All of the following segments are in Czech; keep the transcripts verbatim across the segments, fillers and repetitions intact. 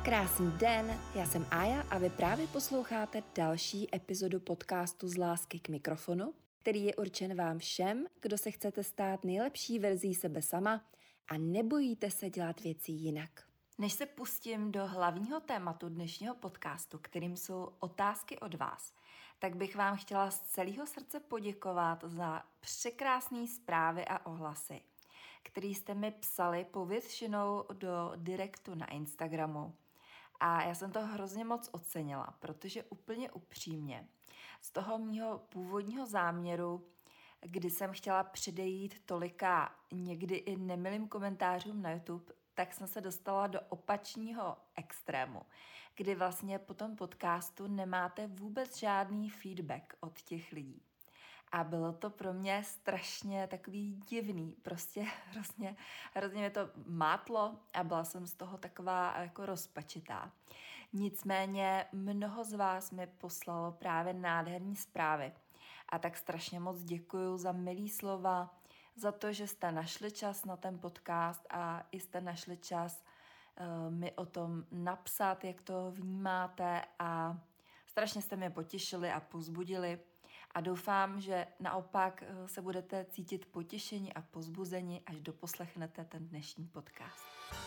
Krásný den, já jsem Aja a vy právě posloucháte další epizodu podcastu Z lásky k mikrofonu, který je určen vám všem, kdo se chcete stát nejlepší verzí sebe sama a nebojíte se dělat věci jinak. Než se pustím do hlavního tématu dnešního podcastu, kterým jsou otázky od vás, tak bych vám chtěla z celého srdce poděkovat za překrásné zprávy a ohlasy, který jste mi psali povětšinou do direktu na Instagramu. A já jsem to hrozně moc ocenila, protože úplně upřímně z toho mýho původního záměru, kdy jsem chtěla předejít tolika někdy i nemilým komentářům na YouTube, tak jsem se dostala do opačního extrému, kdy vlastně po tom podcastu nemáte vůbec žádný feedback od těch lidí. A bylo to pro mě strašně takový divný, prostě hrozně, hrozně mě to mátlo a byla jsem z toho taková jako rozpačitá. Nicméně mnoho z vás mi poslalo právě nádherné zprávy a tak strašně moc děkuju za milý slova, za to, že jste našli čas na ten podcast a i jste našli čas uh, mi o tom napsat, jak to vnímáte a strašně jste mě potěšili a povzbudili. A doufám, že naopak se budete cítit potěšení a povzbuzeni, až doposlechnete ten dnešní podcast.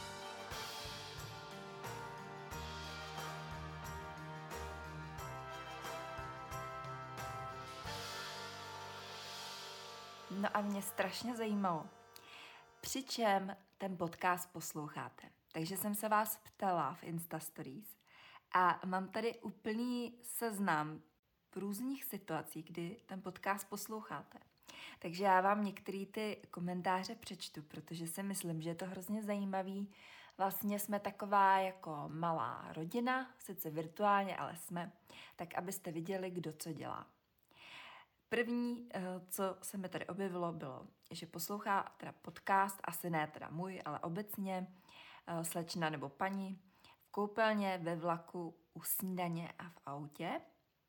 No a mě strašně zajímalo, při čem ten podcast posloucháte. Takže jsem se vás ptala v Insta Stories a mám tady úplný seznam v různých situacích, kdy ten podcast posloucháte. Takže já vám některé ty komentáře přečtu, protože si myslím, že je to hrozně zajímavý. Vlastně jsme taková jako malá rodina, sice virtuálně, ale jsme, tak abyste viděli, kdo co dělá. První, co se mi tady objevilo, bylo, že poslouchá teda podcast, asi ne teda můj, ale obecně slečna nebo paní v koupelně, ve vlaku, u snídaně a v autě.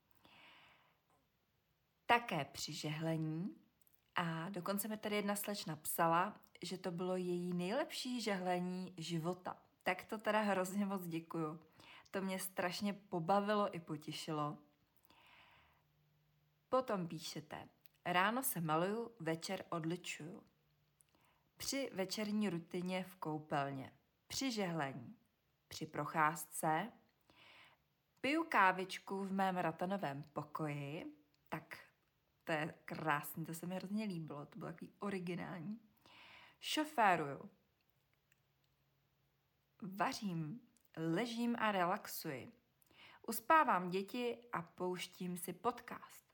Také při žehlení a dokonce mi tady jedna slečna psala, že to bylo její nejlepší žehlení života. Tak to teda hrozně moc děkuju. To mě strašně pobavilo i potěšilo. Potom píšete, ráno se maluju, večer odličuju. Při večerní rutině v koupelně, při žehlení, při procházce, piju kávičku v mém ratanovém pokoji, tak to je krásný, to se mi hrozně líbilo, to bylo takový originální. Šoféruju, vařím, ležím a relaxuji. Uspávám děti a pouštím si podcast.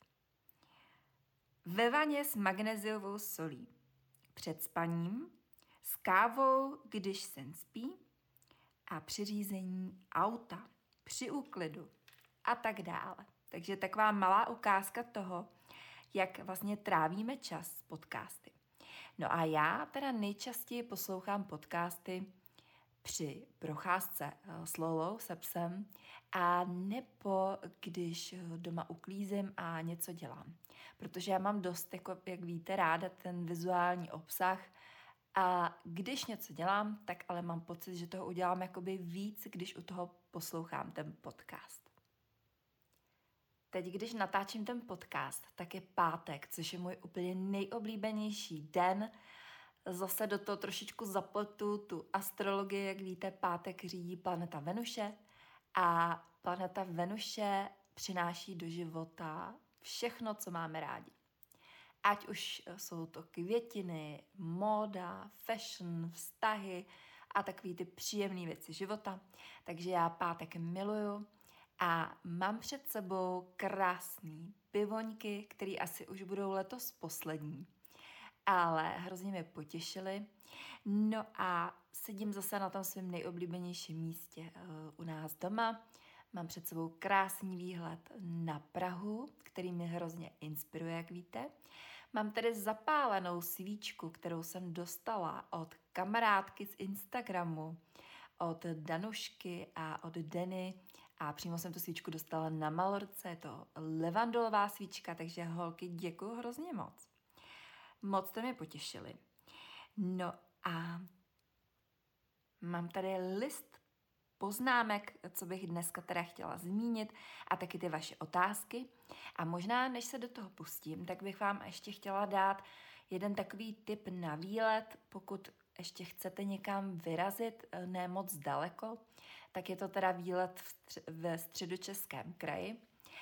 Ve vaně s magnéziovou solí. Před spaním, s kávou, když sen spí a při řízení auta, při úklidu a tak dále. Takže taková malá ukázka toho, jak vlastně trávíme čas s podcasty. No a já teda nejčastěji poslouchám podcasty při procházce s Lolou, se psem, a nebo když doma uklízím a něco dělám. Protože já mám dost, jako, jak víte, ráda ten vizuální obsah a když něco dělám, tak ale mám pocit, že toho udělám jakoby víc, když u toho poslouchám ten podcast. Teď, když natáčím ten podcast, tak je pátek, což je můj úplně nejoblíbenější den. Zase do toho trošičku zapletu tu astrologii, jak víte, pátek řídí planeta Venuše a planeta Venuše přináší do života všechno, co máme rádi. Ať už jsou to květiny, móda, fashion, vztahy a takový ty příjemné věci života. Takže já pátek miluju. A mám před sebou krásný pivoňky, které asi už budou letos poslední, ale hrozně mě potěšily. No a sedím zase na tom svém nejoblíbenějším místě uh, u nás doma. Mám před sebou krásný výhled na Prahu, který mě hrozně inspiruje, jak víte. Mám tady zapálenou svíčku, kterou jsem dostala od kamarádky z Instagramu, od Danušky a od Deny. A přímo jsem tu svíčku dostala na Malorce, je to levandolová svíčka, takže holky, děkuju hrozně moc. Moc to mě potěšili. No a mám tady list poznámek, co bych dneska teda chtěla zmínit, a taky ty vaše otázky. A možná, než se do toho pustím, tak bych vám ještě chtěla dát jeden takový tip na výlet, pokud ještě chcete někam vyrazit, ne moc daleko, tak je to teda výlet v stř- ve Středočeském kraji.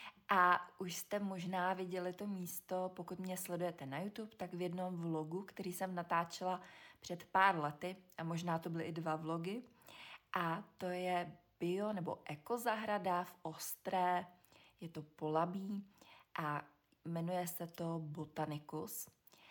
A už jste možná viděli to místo, pokud mě sledujete na YouTube, tak v jednom vlogu, který jsem natáčela před pár lety, a možná to byly i dva vlogy, a to je bio nebo ekozahrada v Ostré, je to Polabí a jmenuje se to Botanicus.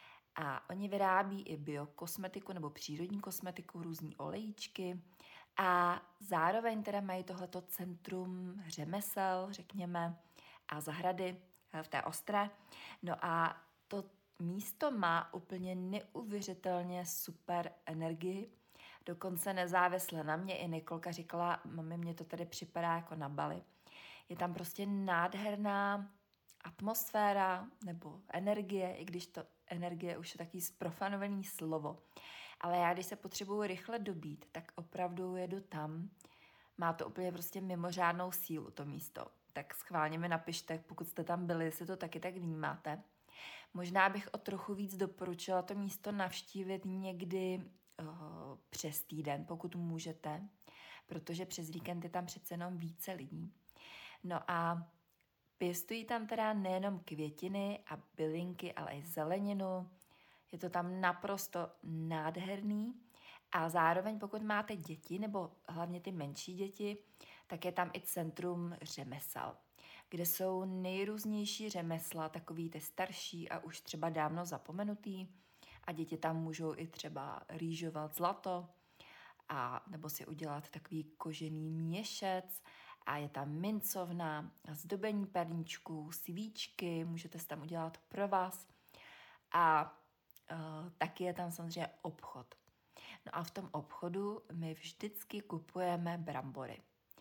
A oni vyrábí i biokosmetiku nebo přírodní kosmetiku, různý olejíčky a zároveň teda mají tohleto centrum řemesel, řekněme, a zahrady v té Ostré. No a to místo má úplně neuvěřitelně super energii. Dokonce nezávisle na mě i Nikolka říkala, mami, mě to tady připadá jako na Bali. Je tam prostě nádherná atmosféra nebo energie, i když to energie už je takový zprofanovaný slovo. Ale já, když se potřebuju rychle dobít, tak opravdu jedu tam. Má to úplně prostě mimořádnou sílu, to místo. Tak schválně mi napište, pokud jste tam byli, jestli to taky tak vnímáte. Možná bych o trochu víc doporučila to místo navštívit někdy uh, přes týden, pokud můžete, protože přes víkend je tam přece jenom více lidí. No a pěstují tam teda nejenom květiny a bylinky, ale i zeleninu. Je to tam naprosto nádherný a zároveň pokud máte děti, nebo hlavně ty menší děti, tak je tam i centrum řemesel, kde jsou nejrůznější řemesla, takový ty starší a už třeba dávno zapomenutý, a děti tam můžou i třeba rýžovat zlato a nebo si udělat takový kožený měšec. A je tam mincovna, zdobení perníčků, svíčky, můžete si tam udělat pro vás. A uh, taky je tam samozřejmě obchod. No a v tom obchodu my vždycky kupujeme brambory.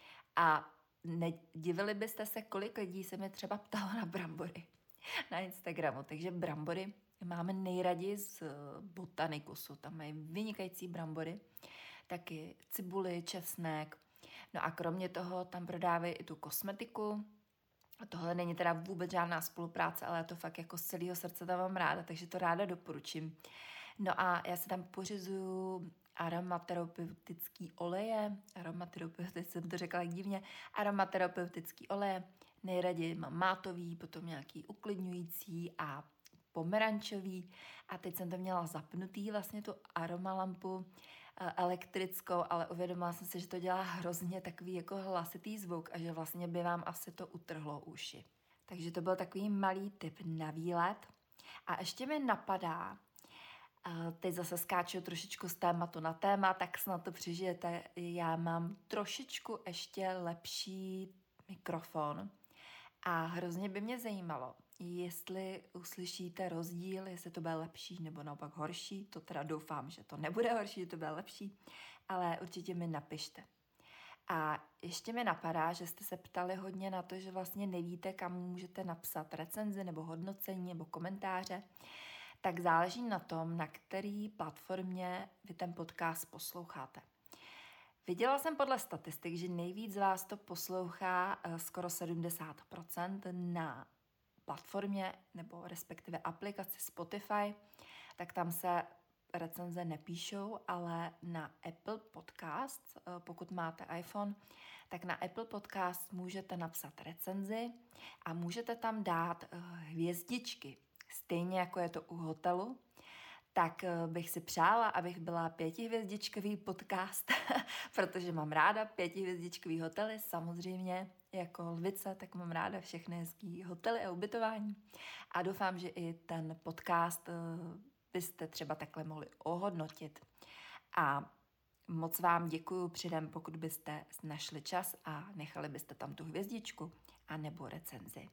A nedivili byste se, kolik lidí se mi třeba ptalo na brambory na Instagramu. Takže brambory máme nejraději z Botanikusu. Tam mají vynikající brambory. Taky cibuli, česnek. No a kromě toho tam prodávají i tu kosmetiku. A tohle není teda vůbec žádná spolupráce, ale já to fakt jako z celého srdce tam mám ráda, takže to ráda doporučím. No a já se tam pořizuju aromaterapeutický oleje, aromaterapeutický, jsem to řekla jak divně, aromaterapeutický oleje, nejraději mám mátový, potom nějaký uklidňující a pomerančový. A teď jsem to měla zapnutý, vlastně tu aromalampu elektrickou, ale uvědomila jsem si, že to dělá hrozně takový jako hlasitý zvuk a že vlastně by vám asi to utrhlo uši. Takže to byl takový malý tip na výlet. A ještě mi napadá, teď zase skáču trošičku z tématu na téma, tak snad to přežijete. Já mám trošičku ještě lepší mikrofon a hrozně by mě zajímalo, jestli uslyšíte rozdíl, jestli to bude lepší nebo naopak horší. To teda doufám, že to nebude horší, že to bude lepší, ale určitě mi napište. A ještě mi napadá, že jste se ptali hodně na to, že vlastně nevíte, kam můžete napsat recenzi nebo hodnocení nebo komentáře. Tak záleží na tom, na který platformě vy ten podcast posloucháte. Viděla jsem podle statistik, že nejvíc z vás to poslouchá skoro sedmdesát procent na platformě nebo respektive aplikaci Spotify, tak tam se recenze nepíšou, ale na Apple Podcast, pokud máte iPhone, tak na Apple Podcast můžete napsat recenzi a můžete tam dát hvězdičky. Stejně jako je to u hotelu, tak bych si přála, abych byla pětihvězdičkový podcast, protože mám ráda pětihvězdičkový hotely, samozřejmě jako lvice, tak mám ráda všechny hezký hotely a ubytování. A doufám, že i ten podcast byste třeba takhle mohli ohodnotit. A moc vám děkuju předem, pokud byste našli čas a nechali byste tam tu hvězdičku a nebo recenzi.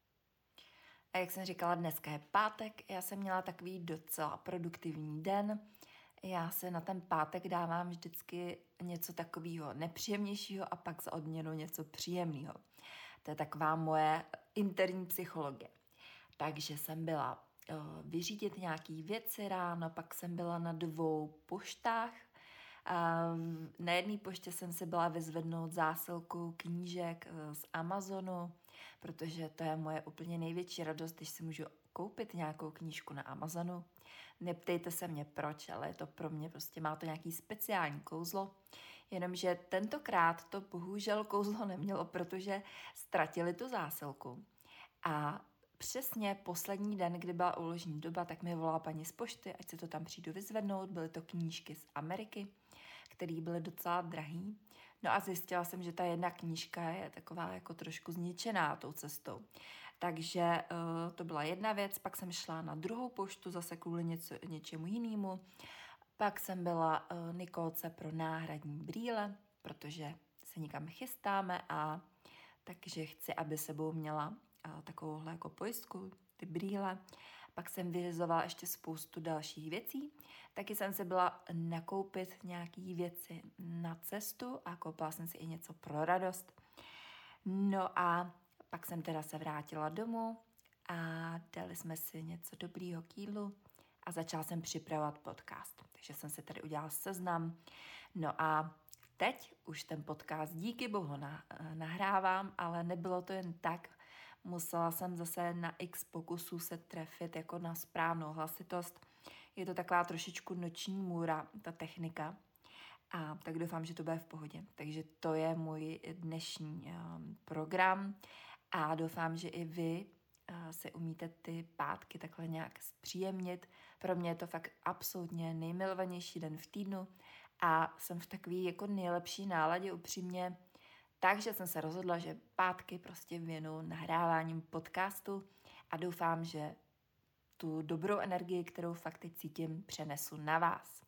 A jak jsem říkala, dneska je pátek, já jsem měla takový docela produktivní den. Já se na ten pátek dávám vždycky něco takového nepříjemnějšího a pak za odměnu něco příjemného. To je taková moje interní psychologie. Takže jsem byla uh, vyřídit nějaký věci ráno, pak jsem byla na dvou poštách Na jedné poště jsem si byla vyzvednout zásilku knížek z Amazonu, protože to je moje úplně největší radost, když si můžu koupit nějakou knížku na Amazonu. Neptejte se mě proč, ale je to pro mě prostě, má to nějaký speciální kouzlo. Jenomže tentokrát to bohužel kouzlo nemělo, protože ztratili tu zásilku. A přesně poslední den, kdy byla uložní doba, tak mi volala paní z pošty, ať se to tam přijdu vyzvednout. Byly to knížky z Ameriky, které byly docela drahý. No a zjistila jsem, že ta jedna knížka je taková jako trošku zničená tou cestou. Takže uh, to byla jedna věc, pak jsem šla na druhou poštu zase kvůli něco, něčemu jinému. Pak jsem byla uh, Nikolce pro náhradní brýle, protože se někam chystáme a takže chci, aby sebou měla uh, takovouhle jako pojistku, ty brýle. Pak jsem vyřizovala ještě spoustu dalších věcí. Taky jsem se byla nakoupit nějaký věci na cestu a koupila jsem si i něco pro radost. No a pak jsem teda se vrátila domů a dali jsme si něco dobrýho k jídlu a začala jsem připravovat podcast. Takže jsem si tady udělala seznam. No a teď už ten podcast díky bohu nahrávám, ale nebylo to jen tak. Musela jsem zase na x pokusů se trefit jako na správnou hlasitost. Je to taková trošičku noční můra, ta technika. A tak doufám, že to bude v pohodě. Takže to je můj dnešní um, program a doufám, že i vy uh, si umíte ty pátky takhle nějak zpříjemnit. Pro mě je to fakt absolutně nejmilovanější den v týdnu a jsem v takové jako nejlepší náladě upřímně. Takže jsem se rozhodla, že pátky prostě věnu nahráváním podcastu a doufám, že tu dobrou energii, kterou fakt teď cítím, přenesu na vás.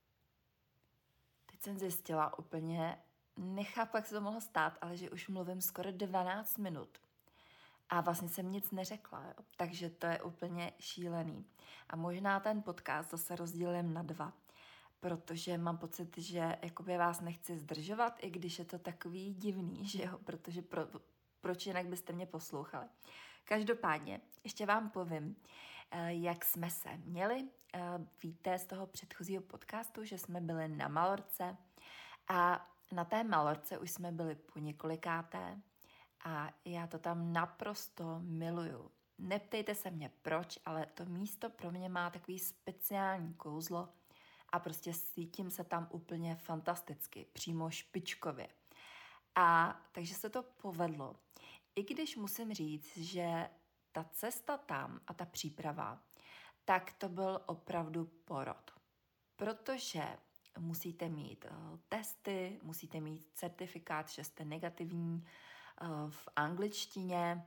Teď jsem zjistila úplně, nechápu, jak se to mohlo stát, ale že už mluvím skoro dvanáct minut. A vlastně jsem nic neřekla, jo? Takže to je úplně šílený. A možná ten podcast zase rozdělím na dva, protože mám pocit, že jakoby vás nechci zdržovat, i když je to takový divný, že jo, protože pro, proč jinak byste mě poslouchali. Každopádně, ještě vám povím, jak jsme se měli. Víte z toho předchozího podcastu, že jsme byli na Malorce a na té Malorce už jsme byli po několikáté a já to tam naprosto miluju. Neptejte se mě proč, ale to místo pro mě má takový speciální kouzlo a prostě cítím se tam úplně fantasticky, přímo špičkově. A takže se to povedlo. I když musím říct, že ta cesta tam a ta příprava, tak to byl opravdu porod. Protože musíte mít uh, testy, musíte mít certifikát, že jste negativní uh, v angličtině.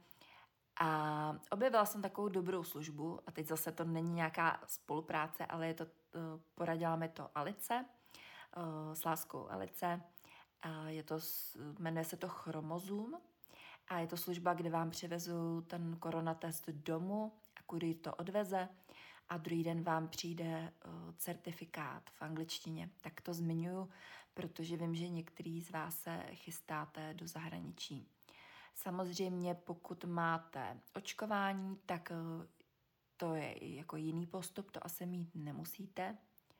A objevila jsem takovou dobrou službu, a teď zase to není nějaká spolupráce, ale je to, uh, poradila mi to Alice, uh, s láskou Alice. Uh, je to, jmenuje se to Chromozum a je to služba, kde vám přivezu ten koronatest domů a kuriér to odveze a druhý den vám přijde uh, certifikát v angličtině. Tak to zmiňuji, protože vím, že některý z vás se chystáte do zahraničí. Samozřejmě, pokud máte očkování, tak uh, to je jako jiný postup, to asi mít nemusíte,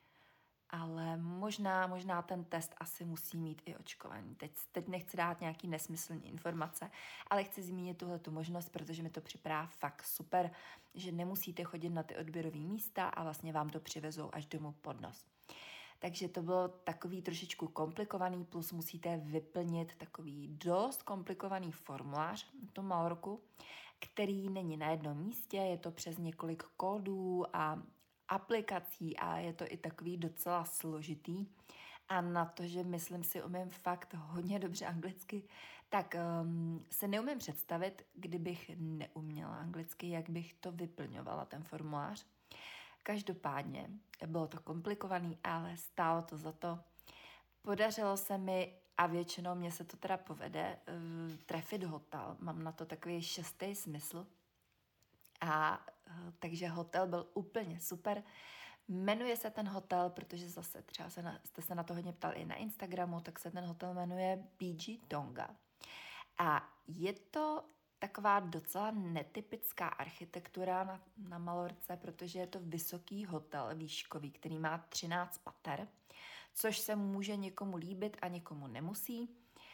ale možná, možná ten test asi musí mít i očkování. Teď, teď nechci dát nějaký nesmyslný informace, ale chci zmínit tuhletu možnost, protože mi to připadá fakt super, že nemusíte chodit na ty odběrové místa a vlastně vám to přivezou až domů pod nos. Takže to bylo takový trošičku komplikovaný, plus musíte vyplnit takový dost komplikovaný formulář na tom Malorku, který není na jednom místě, je to přes několik kódů a aplikací a je to i takový docela složitý. A na to, že myslím si umím fakt hodně dobře anglicky, tak um, se neumím představit, kdybych neuměla anglicky, jak bych to vyplňovala, ten formulář. Každopádně bylo to komplikovaný, ale stálo to za to. Podařilo se mi, a většinou mě se to teda povede, uh, trefit hotel. Mám na to takový šestý smysl. A uh, takže hotel byl úplně super. Jmenuje se ten hotel, protože zase třeba se na, jste se na to hodně ptali i na Instagramu, tak se ten hotel jmenuje B G Tonga. A je to taková docela netypická architektura na, na Malorce, protože je to vysoký hotel výškový, který má třináct pater, což se může někomu líbit a někomu nemusí.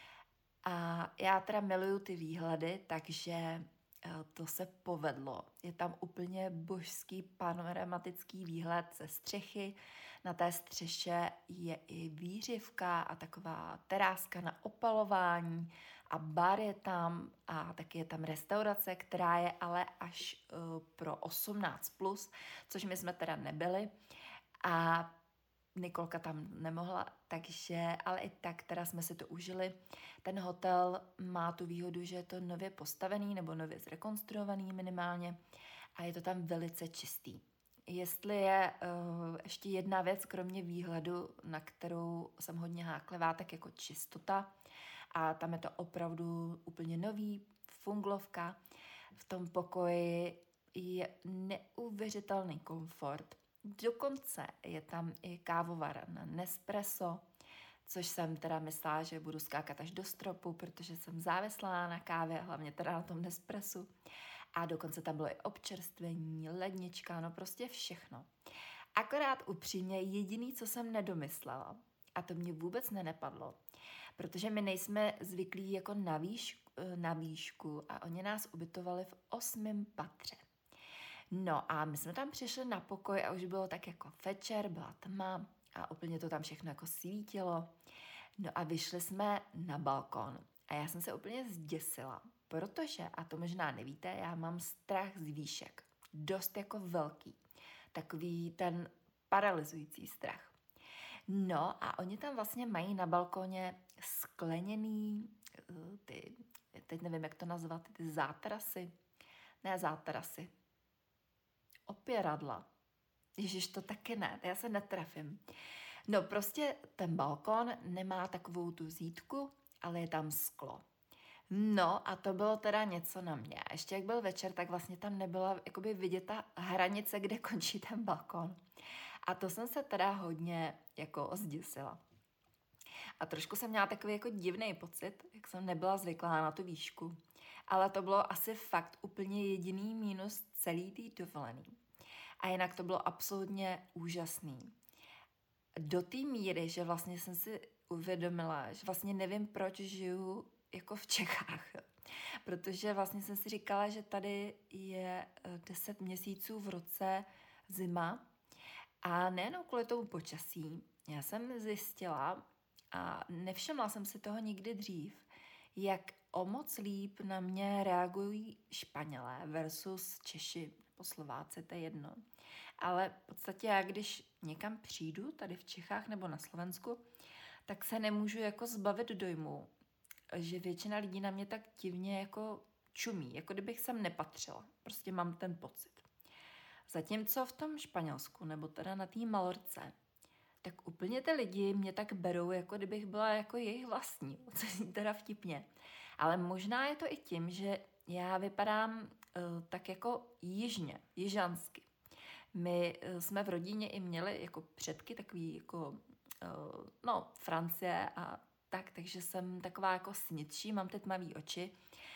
A já teda miluju ty výhledy, takže to se povedlo. Je tam úplně božský panoramatický výhled ze střechy. Na té střeše je i výřivka a taková teráska na opalování a bar je tam a taky je tam restaurace, která je ale až uh, pro osmnáct plus, což my jsme teda nebyli. A Nikolka tam nemohla, takže, ale i tak teda jsme si to užili. Ten hotel má tu výhodu, že je to nově postavený nebo nově zrekonstruovaný minimálně a je to tam velice čistý. Jestli je uh, ještě jedna věc, kromě výhledu, na kterou jsem hodně háklivá, tak jako čistota. A tam je to opravdu úplně nový, funglovka. V tom pokoji je neuvěřitelný komfort. Dokonce je tam i kávovar na Nespresso, což jsem teda myslela, že budu skákat až do stropu, protože jsem závislá na kávě, hlavně teda na tom Nespressu. A dokonce tam bylo i občerstvení, lednička, no prostě všechno. Akorát upřímně jediný, co jsem nedomyslela, a to mě vůbec nenapadlo, protože my nejsme zvyklí jako na, výš, na výšku a oni nás ubytovali v osmém patře. No a my jsme tam přišli na pokoj a už bylo tak jako večer, byla tma a úplně to tam všechno jako svítilo. No a vyšli jsme na balkon a já jsem se úplně zděsila, protože, a to možná nevíte, já mám strach z výšek. Dost jako velký. Takový ten paralyzující strach. No a oni tam vlastně mají na balkoně skleněný, ty, teď nevím, jak to nazvat, ty zátarasy. Ne zátarasy. Opěradla. Ježiš, to taky ne, já se netrefím. No prostě ten balkon nemá takovou tu zítku, ale je tam sklo. No a to bylo teda něco na mě. A ještě jak byl večer, tak vlastně tam nebyla jakoby vidět ta hranice, kde končí ten balkon. A to jsem se teda hodně jako zděsila. A trošku jsem měla takový jako divný pocit, jak jsem nebyla zvyklá na tu výšku. Ale to bylo asi fakt úplně jediný mínus celý tý dovolený. A jinak to bylo absolutně úžasný. Do té míry, že vlastně jsem si uvědomila, že vlastně nevím, proč žiju jako v Čechách. Protože vlastně jsem si říkala, že tady je deset měsíců v roce zima a nejenom kvůli tomu počasí. Já jsem zjistila a nevšimla jsem si toho nikdy dřív, jak o moc líp na mě reagují Španělé versus Češi nebo Slováci, to je jedno. Ale v podstatě já, když někam přijdu, tady v Čechách nebo na Slovensku, tak se nemůžu jako zbavit dojmu, že většina lidí na mě tak divně jako čumí, jako kdybych sem nepatřila. Prostě mám ten pocit. Zatímco v tom Španělsku, nebo teda na té Malorce, tak úplně ty lidi mě tak berou, jako kdybych byla jako jejich vlastní, co je teda vtipně. Ale možná je to i tím, že já vypadám uh, tak jako jižně, jižansky. My uh, jsme v rodině i měli jako předky takový jako, uh, no, Francie a tak, takže jsem taková jako snidší, mám ty tmavý oči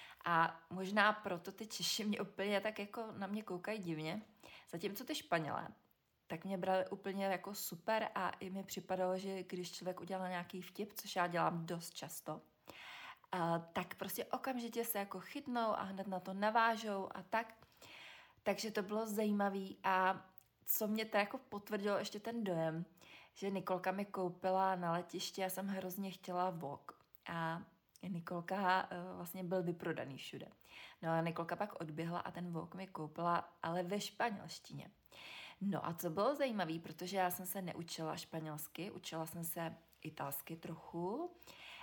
a možná proto ty Češi mě úplně tak jako na mě koukají divně, zatímco ty Španělé tak mě brali úplně jako super a i mi připadalo, že když člověk udělal nějaký vtip, což já dělám dost často, a tak prostě okamžitě se jako chytnou a hned na to navážou a tak. Takže to bylo zajímavý a co mě to jako potvrdilo ještě ten dojem, že Nikolka mi koupila na letišti, já jsem hrozně chtěla vok a Nikolka uh, vlastně byl vyprodaný všude. No a Nikolka pak odběhla a ten vok mi koupila, ale ve španělštině. No a co bylo zajímavé, protože já jsem se neučila španělsky, učila jsem se italsky trochu,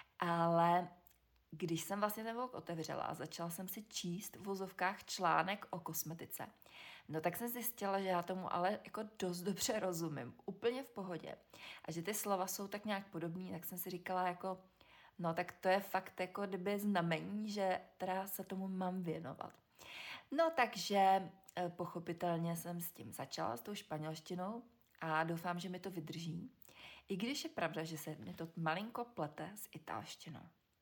ale když jsem vlastně ten vlog otevřela a začala jsem si číst v vozovkách článek o kosmetice, no tak jsem zjistila, že já tomu ale jako dost dobře rozumím, úplně v pohodě. A že ty slova jsou tak nějak podobný, tak jsem si říkala jako, no tak to je fakt jako kdyby znamení, že teda se tomu mám věnovat. No takže pochopitelně jsem s tím začala, s tou španělštinou a doufám, že mi to vydrží. I když je pravda, že se mi to malinko plete s italštinou.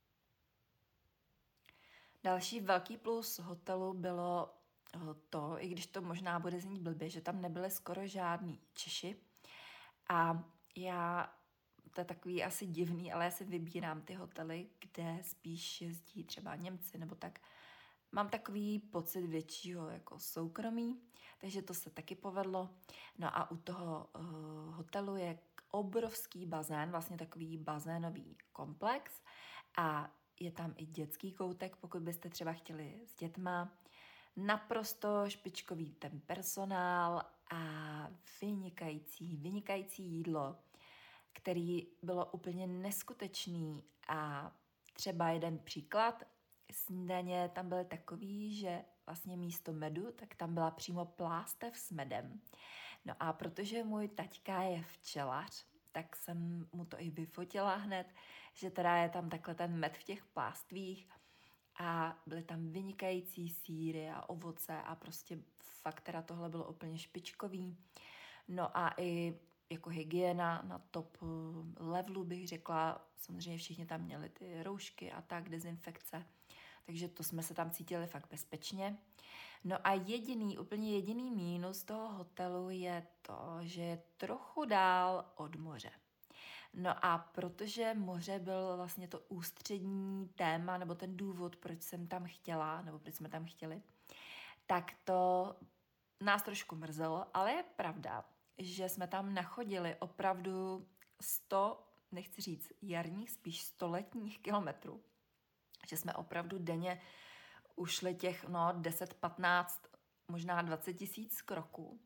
Další velký plus hotelu bylo to, i když to možná bude znít blbě, že tam nebyly skoro žádný Češi. A já to je takový asi divný, ale já si vybírám ty hotely, kde spíš jezdí třeba Němci nebo tak. Mám takový pocit většího jako soukromí, takže to se taky povedlo. No a u toho uh, hotelu je obrovský bazén, vlastně takový bazénový komplex a je tam i dětský koutek, pokud byste třeba chtěli s dětma. Naprosto špičkový ten personál a vynikající, vynikající jídlo, který bylo úplně neskutečný. A třeba jeden příklad, snídaně tam byly takový, že vlastně místo medu, tak tam byla přímo plástev s medem. No a protože můj taťka je včelař, tak jsem mu to i vyfotila hned, že teda je tam takhle ten med v těch plástvích a byly tam vynikající sýry a ovoce a prostě fakt teda tohle bylo úplně špičkový. No a i jako hygiena na top levelu bych řekla, samozřejmě všichni tam měli ty roušky a tak, dezinfekce, takže to jsme se tam cítili fakt bezpečně. No a jediný, úplně jediný mínus toho hotelu je to, že je trochu dál od moře. No a protože moře byl vlastně to ústřední téma, nebo ten důvod, proč jsem tam chtěla, nebo proč jsme tam chtěli, tak to nás trošku mrzelo, ale je pravda, že jsme tam nachodili opravdu sto, nechci říct jarních, spíš stoletních kilometrů. Že jsme opravdu denně ušli těch no, deset, patnáct, možná dvacet tisíc kroků.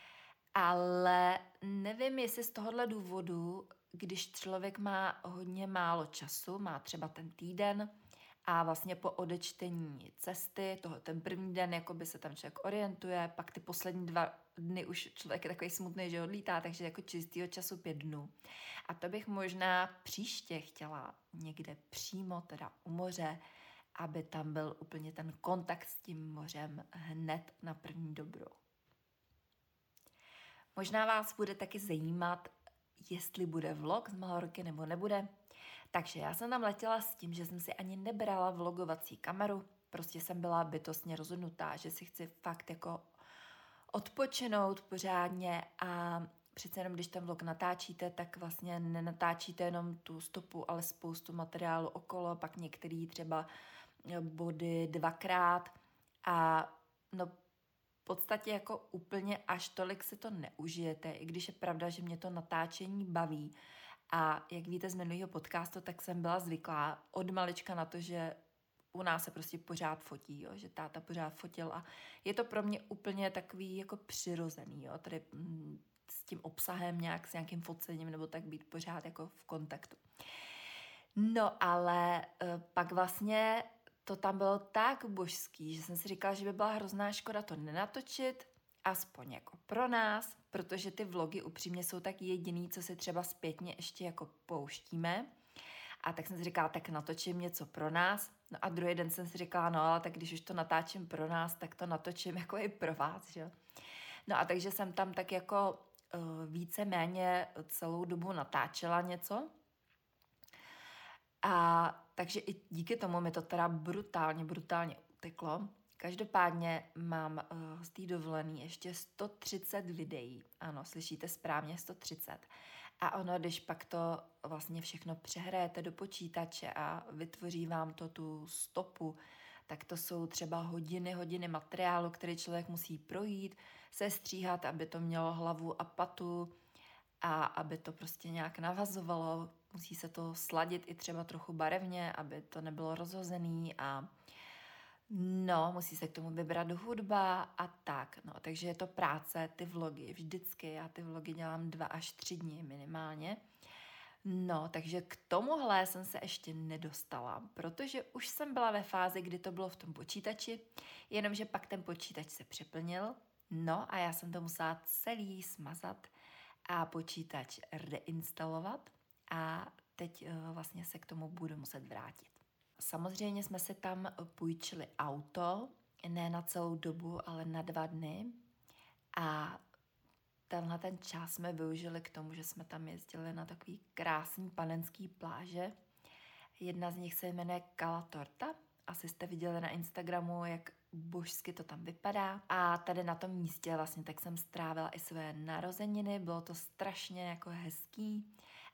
Ale nevím, jestli z tohohle důvodu, když člověk má hodně málo času, má třeba ten týden a vlastně po odečtení cesty, toho, ten první den jakoby se tam člověk orientuje, pak ty poslední dva dny už člověk je takový smutný, že odlítá, takže jako čistýho času pět dnů. A to bych možná příště chtěla někde přímo teda u moře, aby tam byl úplně ten kontakt s tím mořem hned na první dobrou. Možná vás bude taky zajímat, jestli bude vlog z Malorky nebo nebude. Takže já jsem tam letěla s tím, že jsem si ani nebrala vlogovací kameru. Prostě jsem byla bytostně rozhodnutá, že si chci fakt jako odpočinout pořádně a přece jenom když ten vlog natáčíte, tak vlastně nenatáčíte jenom tu stopu, ale spoustu materiálu okolo, pak některý třeba body dvakrát a no v podstatě jako úplně až tolik si to neužijete, i když je pravda, že mě to natáčení baví. A jak víte z minulého podcastu, tak jsem byla zvyklá od malička na to, že u nás se prostě pořád fotí, jo? Že táta pořád fotil a je to pro mě úplně takový jako přirozený, jo? Tady mm, s tím obsahem nějak, s nějakým focením nebo tak být pořád jako v kontaktu. No ale e, pak vlastně to tam bylo tak božský, že jsem si říkala, že by byla hrozná škoda to nenatočit, aspoň jako pro nás, protože ty vlogy upřímně jsou tak jediný, co si třeba zpětně ještě jako pouštíme. A tak jsem si říkala, tak natočím něco pro nás. No a druhý den jsem si říkala, no ale tak když už to natáčím pro nás, tak to natočím jako i pro vás, že? No a takže jsem tam tak jako uh, víceméně celou dobu natáčela něco. A takže i díky tomu mi to teda brutálně, brutálně uteklo. Každopádně mám uh, z té dovolený ještě sto třicet videí. Ano, slyšíte správně, sto třicet. A ono, když pak to vlastně všechno přehrajete do počítače a vytvoří vám to tu stopu, tak to jsou třeba hodiny, hodiny materiálu, který člověk musí projít, sestříhat, aby to mělo hlavu a patu a aby to prostě nějak navazovalo. Musí se to sladit i třeba trochu barevně, aby to nebylo rozhozený a no, musí se k tomu vybrat hudba a tak. No, takže je to práce, ty vlogy vždycky. Já ty vlogy dělám dva až tři dny minimálně. No, takže k tomuhle jsem se ještě nedostala, protože už jsem byla ve fázi, kdy to bylo v tom počítači, jenomže pak ten počítač se přeplnil, no a já jsem to musela celý smazat a počítač reinstalovat a teď uh, vlastně se k tomu budu muset vrátit. Samozřejmě jsme si tam půjčili auto, ne na celou dobu, ale na dva dny a tenhle ten čas jsme využili k tomu, že jsme tam jezdili na takový krásný panenský pláže. Jedna z nich se jmenuje Cala Torta. Asi jste viděli na Instagramu, jak božsky to tam vypadá. A tady na tom místě vlastně tak jsem strávila i své narozeniny. Bylo to strašně jako hezký.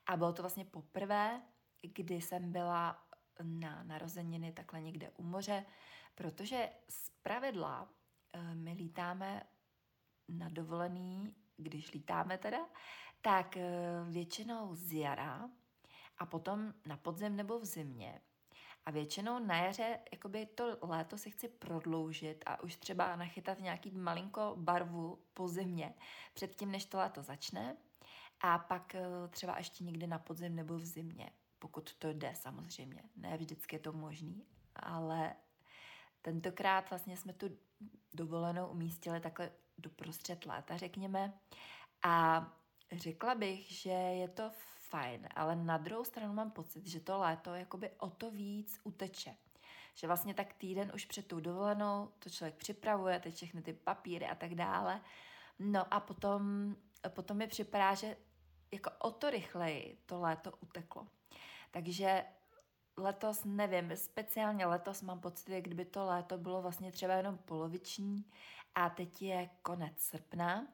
A bylo to vlastně poprvé, kdy jsem byla na narozeniny takhle někde u moře, protože zpravidla my lítáme na dovolený, když lítáme teda, tak většinou z jara a potom na podzim nebo v zimě. A většinou na jaře jakoby to léto si chci prodloužit a už třeba nachytat nějaký malinko barvu po zimě předtím, než to léto začne. A pak třeba ještě někdy na podzim nebo v zimě, pokud to jde samozřejmě. Ne vždycky je to možný, ale tentokrát vlastně jsme tu dovolenou umístili takhle doprostřed léta, řekněme. A řekla bych, že je to fajn, ale na druhou stranu mám pocit, že to léto jakoby o to víc uteče. Že vlastně tak týden už před tou dovolenou to člověk připravuje, teď všechny ty papíry a tak dále. No a potom, potom mi připadá, že jako o to rychleji to léto uteklo. Takže letos, nevím, speciálně letos mám pocit, jak kdyby to léto bylo vlastně třeba jenom poloviční a teď je konec srpna.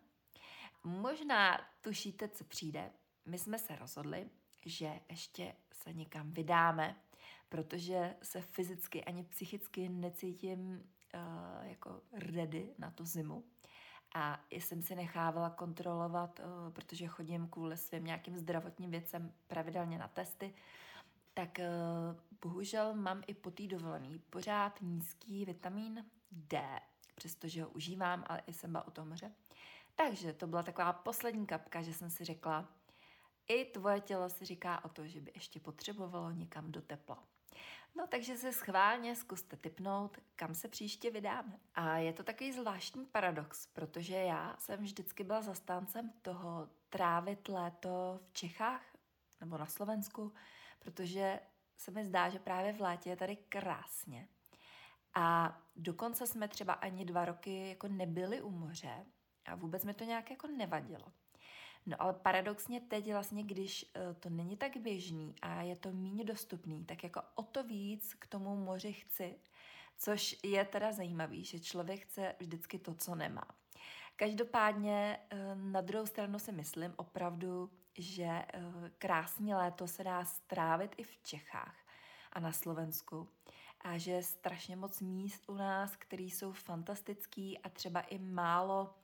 Možná tušíte, co přijde. My jsme se rozhodli, že ještě se někam vydáme, protože se fyzicky ani psychicky necítím uh, jako ready na tu zimu. A jsem si nechávala kontrolovat, uh, protože chodím kvůli svým nějakým zdravotním věcem pravidelně na testy, tak uh, bohužel mám i po té dovolený pořád nízký vitamin D, přestože ho užívám, ale i jsem byla u toho moře. Takže to byla taková poslední kapka, že jsem si řekla, i tvoje tělo si říká o to, že by ještě potřebovalo někam do tepla. No takže se schválně zkuste tipnout, kam se příště vydáme. A je to takový zvláštní paradox, protože já jsem vždycky byla zastáncem toho trávit léto v Čechách nebo na Slovensku, protože se mi zdá, že právě v létě je tady krásně. A dokonce jsme třeba ani dva roky jako nebyli u moře a vůbec mi to nějak jako nevadilo. No ale paradoxně teď vlastně, když to není tak běžný a je to méně dostupný, tak jako o to víc k tomu moři chci, což je teda zajímavý, že člověk chce vždycky to, co nemá. Každopádně na druhou stranu si myslím opravdu, že krásný léto se dá strávit i v Čechách a na Slovensku a že je strašně moc míst u nás, které jsou fantastický a třeba i málo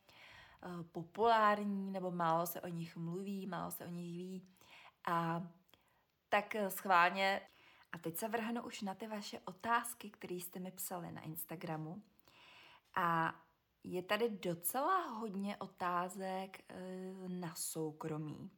populární, nebo málo se o nich mluví, málo se o nich ví. A tak schválně. A teď se vrhnu už na ty vaše otázky, které jste mi psali na Instagramu. A je tady docela hodně otázek na soukromí.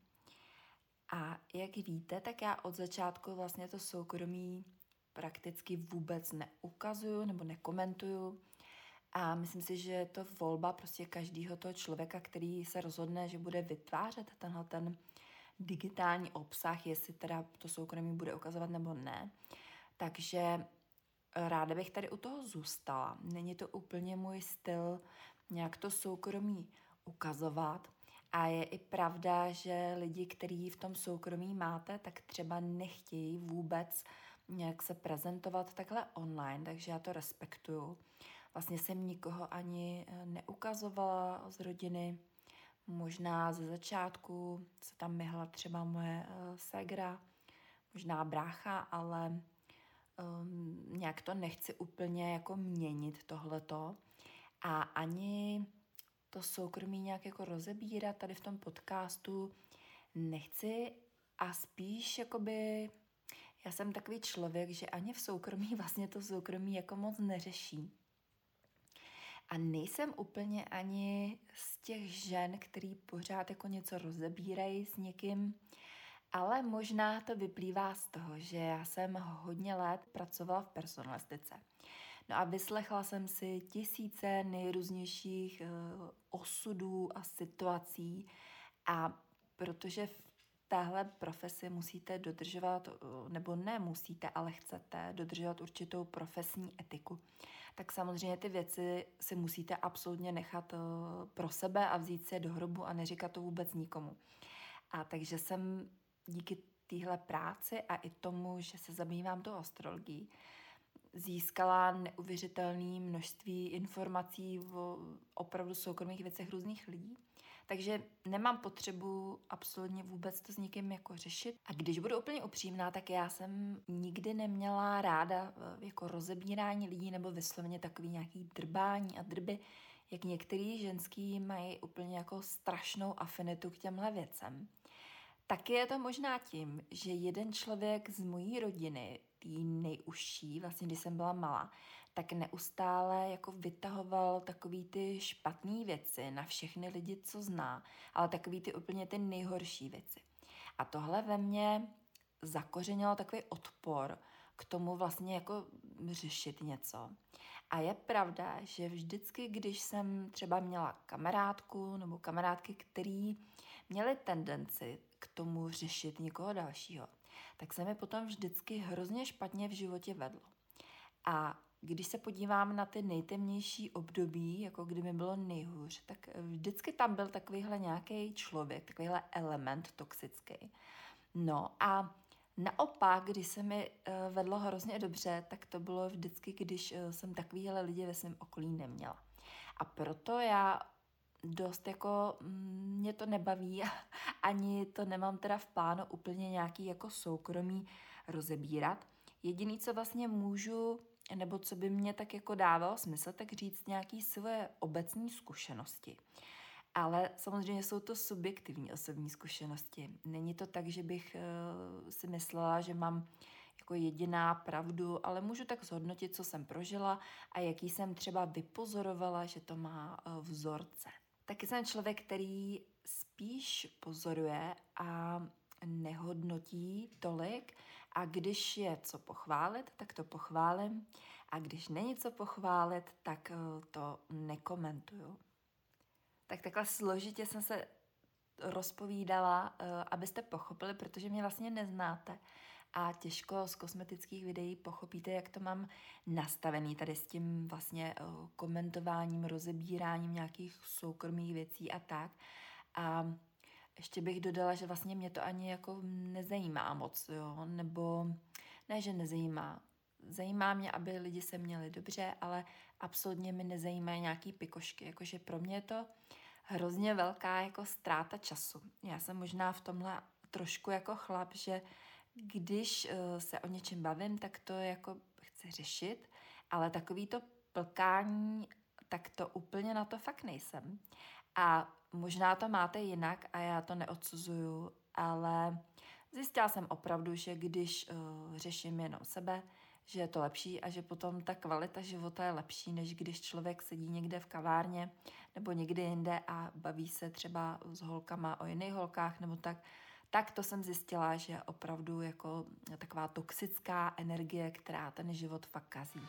A jak víte, tak já od začátku vlastně to soukromí prakticky vůbec neukazuju nebo nekomentuju. A myslím si, že je to volba prostě každého toho člověka, který se rozhodne, že bude vytvářet tenhle ten digitální obsah, jestli teda to soukromí bude ukazovat nebo ne. Takže ráda bych tady u toho zůstala. Není to úplně můj styl nějak to soukromí ukazovat. A je i pravda, že lidi, kteří v tom soukromí máte, tak třeba nechtějí vůbec nějak se prezentovat takhle online, takže já to respektuju. Vlastně jsem nikoho ani neukazovala z rodiny. Možná ze začátku se tam myhla třeba moje uh, ségra, možná brácha, ale um, nějak to nechci úplně jako měnit tohleto. A ani to soukromí nějak jako rozebírat tady v tom podcastu nechci a spíš jakoby já jsem takový člověk, že ani v soukromí vlastně to soukromí jako moc neřeší. A nejsem úplně ani z těch žen, který pořád jako něco rozebírají s někým, ale možná to vyplývá z toho, že já jsem hodně let pracovala v personalistice. No a vyslechla jsem si tisíce nejrůznějších uh, osudů a situací a protože v téhle profesi musíte dodržovat, nebo ne musíte, ale chcete dodržovat určitou profesní etiku, tak samozřejmě ty věci si musíte absolutně nechat pro sebe a vzít si je do hrobu a neříkat to vůbec nikomu. A takže jsem díky téhle práci a i tomu, že se zabývám tou astrologií, získala neuvěřitelné množství informací o opravdu soukromých věcech různých lidí. takže nemám potřebu absolutně vůbec to s nikým jako řešit. A když budu úplně upřímná, tak já jsem nikdy neměla ráda jako rozebírání lidí nebo vysloveně takový nějaký drbání a drby, jak některý ženský mají úplně jako strašnou afinitu k těmhle věcem. Taky je to možná tím, že jeden člověk z mojí rodiny, tý nejužší, vlastně když jsem byla malá, tak neustále jako vytahoval takový ty špatný věci na všechny lidi, co zná, ale takový ty úplně ty nejhorší věci. A tohle ve mně zakořenilo takový odpor k tomu vlastně jako řešit něco. A je pravda, že vždycky, když jsem třeba měla kamarádku nebo kamarádky, který měli tendenci k tomu řešit někoho dalšího, tak se mi potom vždycky hrozně špatně v životě vedlo. A když se podívám na ty nejtemnější období, jako kdy mi bylo nejhůř, tak vždycky tam byl takovýhle nějaký člověk, takovýhle element toxický. No a naopak, když se mi uh, vedlo hrozně dobře, tak to bylo vždycky, když uh, jsem takovýhle lidi ve svém okolí neměla. A proto já dost jako, mm, mě to nebaví, ani to nemám teda v plánu úplně nějaký jako soukromí rozebírat. Jediný, co vlastně můžu, nebo co by mě tak jako dávalo smysl, tak říct nějaký svoje obecní zkušenosti. Ale samozřejmě jsou to subjektivní osobní zkušenosti. Není to tak, že bych uh, si myslela, že mám jako jediná pravdu, ale můžu tak zhodnotit, co jsem prožila a jaký jsem třeba vypozorovala, že to má uh, vzorce. Taky jsem člověk, který spíš pozoruje a nehodnotí tolik a když je co pochválit, tak to pochválím a když není co pochválit, tak uh, to nekomentuju. Tak takhle složitě jsem se rozpovídala, abyste pochopili, protože mě vlastně neznáte a těžko z kosmetických videí pochopíte, jak to mám nastavený tady s tím vlastně komentováním, rozebíráním nějakých soukromých věcí a tak. A ještě bych dodala, že vlastně mě to ani jako nezajímá moc, jo, nebo ne, že nezajímá. Zajímá mě, aby lidi se měli dobře, ale absolutně mi nezajímají nějaký pikošky, jakože pro mě je to hrozně velká jako ztráta času. Já jsem možná v tomhle trošku jako chlap, že když uh, se o něčem bavím, tak to jako chci řešit, ale takový to plkání, tak to úplně na to fakt nejsem. A možná to máte jinak a já to neodsuzuju, ale zjistila jsem opravdu, že když uh, řeším jenom sebe, že je to lepší a že potom ta kvalita života je lepší, než když člověk sedí někde v kavárně nebo někde jinde a baví se třeba s holkama o jiných holkách nebo tak, tak to jsem zjistila, že je opravdu jako taková toxická energie, která ten život fakt kazí.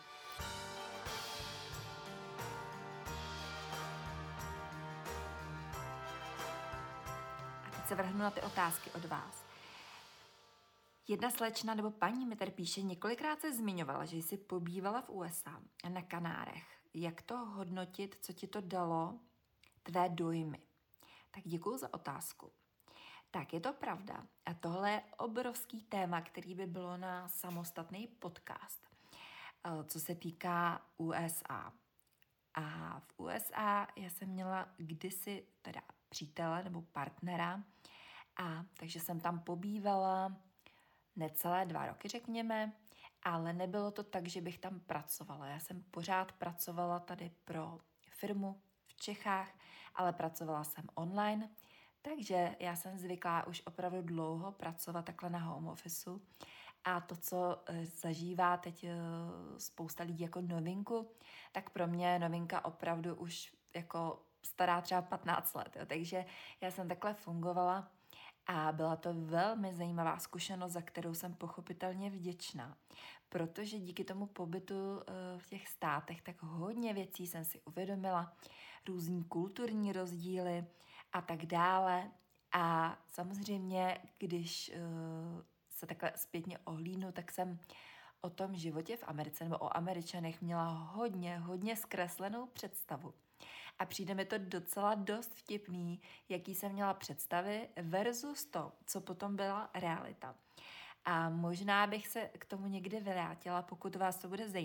A teď se vrhnu na ty otázky od vás. Jedna slečna nebo paní mi tady píše, několikrát se zmiňovala, že jsi pobývala v U S A na Kanárech. Jak to hodnotit, co ti to dalo, tvé dojmy? Tak děkuju za otázku. Tak je to pravda. A tohle je obrovský téma, který by bylo na samostatný podcast, co se týká U S A. A v U S A já jsem měla kdysi teda přítele nebo partnera, a takže jsem tam pobývala necelé dva roky, řekněme, ale nebylo to tak, že bych tam pracovala. Já jsem pořád pracovala tady pro firmu v Čechách, ale pracovala jsem online, takže já jsem zvyklá už opravdu dlouho pracovat takhle na home officeu a to, co zažívá teď spousta lidí jako novinku, tak pro mě je novinka opravdu už jako stará třeba patnáct let, jo. Takže já jsem takhle fungovala a byla to velmi zajímavá zkušenost, za kterou jsem pochopitelně vděčná, protože díky tomu pobytu v těch státech tak hodně věcí jsem si uvědomila, různý kulturní rozdíly a tak dále. A samozřejmě, když se takhle zpětně ohlídnu, tak jsem o tom životě v Americe nebo o Američanech měla hodně, hodně zkreslenou představu. A přijde mi to docela dost vtipný, jaký jsem měla představy versus to, co potom byla realita. A možná bych se k tomu někdy vrátila, pokud vás to bude zajímat.